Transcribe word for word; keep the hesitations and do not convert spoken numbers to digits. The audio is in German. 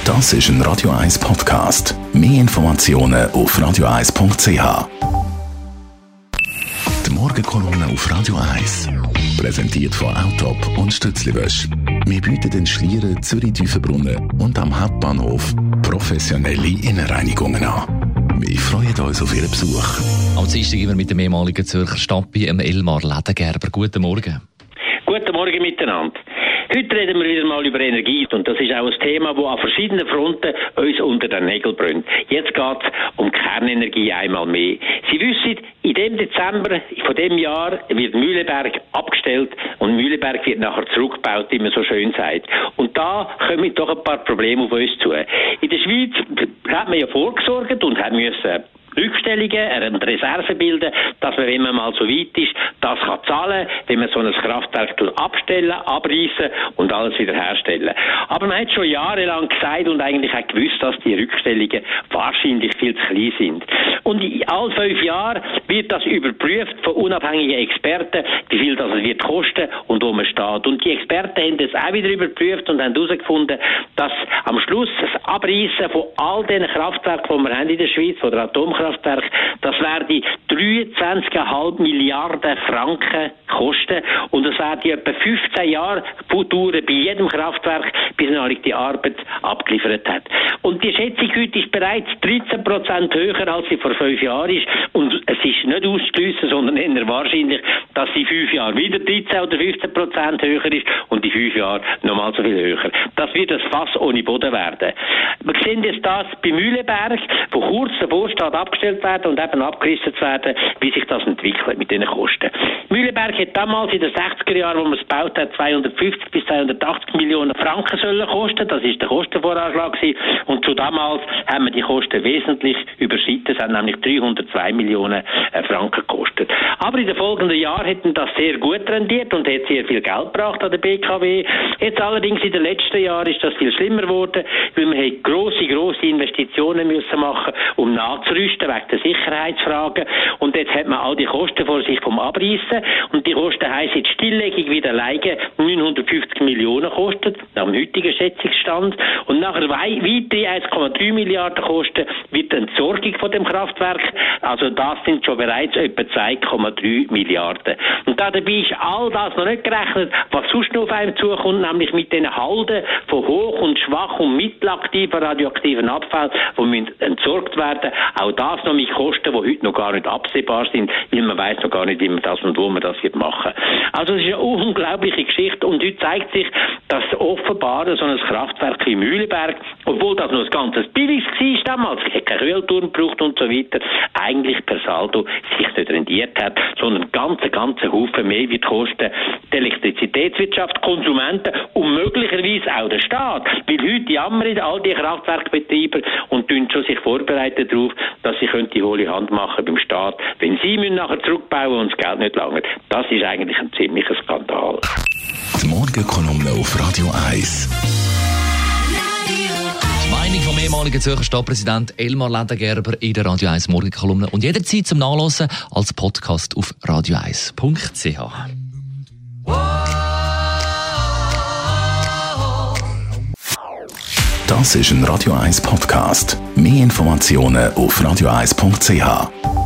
Das ist ein Radio eins Podcast. Mehr Informationen auf radio eins punkt c h. Die Morgenkolumne auf Radio eins. Präsentiert von Autop und Stützliwösch. Wir bieten den Schlieren, Zürich-Tiefenbrunnen und am Hauptbahnhof professionelle Innenreinigungen an. Wir freuen uns auf Ihren Besuch. Am Dienstag immer mit dem ehemaligen Zürcher Stappi, Elmar Ledengerber. Guten Morgen. Guten Morgen miteinander. Heute reden wir wieder mal über Energie und das ist auch ein Thema, das an verschiedenen Fronten uns unter den Nägeln brennt. Jetzt geht es um Kernenergie einmal mehr. Sie wissen, in dem Dezember von dem Jahr wird Mühleberg abgestellt und Mühleberg wird nachher zurückgebaut, wie man so schön sagt. Und da kommen doch ein paar Probleme auf uns zu. In der Schweiz hat man ja vorgesorgt und hat müssen Rückstellungen, eine Reserve bilden, dass man, wenn man mal so weit ist, das kann zahlen, wenn man so ein Kraftwerk abstellen, abreißen und alles wieder herstellen. Aber man hat schon jahrelang gesagt und eigentlich auch gewusst, dass die Rückstellungen wahrscheinlich viel zu klein sind. Und in all fünf Jahren wird das überprüft von unabhängigen Experten, wie viel das wird kosten und wo man steht. Und die Experten haben das auch wieder überprüft und haben herausgefunden, dass am Schluss das Abreißen von all den Kraftwerken, die wir haben in der Schweiz, von der Atomkraftwerke, das werde dreiundzwanzig Komma fünf Milliarden Franken kosten und es werde etwa fünfzehn Jahre dauern bei jedem Kraftwerk, bis man die Arbeit abgeliefert hat. Und die Schätzung heute ist bereits dreizehn Prozent höher, als sie vor fünf Jahren ist und es ist nicht auszuschliessen, sondern eher wahrscheinlich, dass sie fünf Jahre wieder dreizehn oder fünfzehn Prozent höher ist und die fünf Jahre nochmal so viel höher. Das wird ein Fass ohne Boden werden. Wir sehen jetzt das bei Mühleberg, wo kurz davor steht, abgestellt werden und eben abgerissen zu werden, wie sich das entwickelt mit diesen Kosten. Mühleberg hat damals in den sechziger Jahren, wo man es gebaut hat, zweihundertfünfzig bis zweihundertachtzig Millionen Franken sollen kosten. Das ist der Kostenvoranschlag gewesen. Und zu damals haben wir die Kosten wesentlich überschritten. Es haben nämlich dreihundertzwei Millionen Franken gekostet. Aber in den folgenden Jahren hätten das sehr gut rendiert und hat sehr viel Geld gebracht an der B K W. Jetzt allerdings in den letzten Jahren ist das viel schlimmer geworden, weil man grosse, grosse Investitionen müssen machen, um nachzurüsten wegen der Sicherheitsfragen. Und jetzt hat man all die Kosten vor sich vom Abreißen. Und die Kosten heisst jetzt Stilllegung wieder alleine neunhundertfünfzig Millionen kostet, nach dem heutigen Schätzungsstand. Und nachher weitere eins Komma drei Milliarden kosten wird die Entsorgung von dem Kraftwerk. Also das sind schon bereits etwa zwei Komma drei Milliarden. Und dabei ist all das noch nicht gerechnet, was sonst noch auf einem zukommt, nämlich mit den Halden von hoch und schwach und mittelaktiven radioaktiven Abfall, die müssen entsorgt werden. Auch das noch mit Kosten, die heute noch gar nicht absehbar sind, weil man weiß noch gar nicht, wie man das und wo man das wird machen. Also es ist eine unglaubliche Geschichte und heute zeigt sich, dass offenbar so ein Kraftwerk wie Mühleberg, obwohl das noch ein ganzes Billiges war damals, es hat keinen Kühlturm gebraucht und so weiter, eigentlich per Saldo sich nicht rendiert hat, sondern ganz, ganz Haufen mehr wird kosten, die Elektrizitätswirtschaft, Konsumenten und möglicherweise auch der Staat, weil heute jammern all die Kraftwerkbetreiber und tun schon sich vorbereiten darauf, dass sie die hohle Hand machen beim Staat, wenn sie müssen nachher zurückbauen und das Geld nicht langt. Das ist eigentlich ein ziemlicher Skandal. Die Morgenkolumne auf Radio eins. Die Meinung vom ehemaligen Zürcher Stadtpräsident Elmar Ledengerber in der Radio eins Morgenkolumne und jederzeit zum Nachlesen als Podcast auf radio eins punkt c h. Das ist ein Radio eins Podcast. Mehr Informationen auf radio eins punkt c h.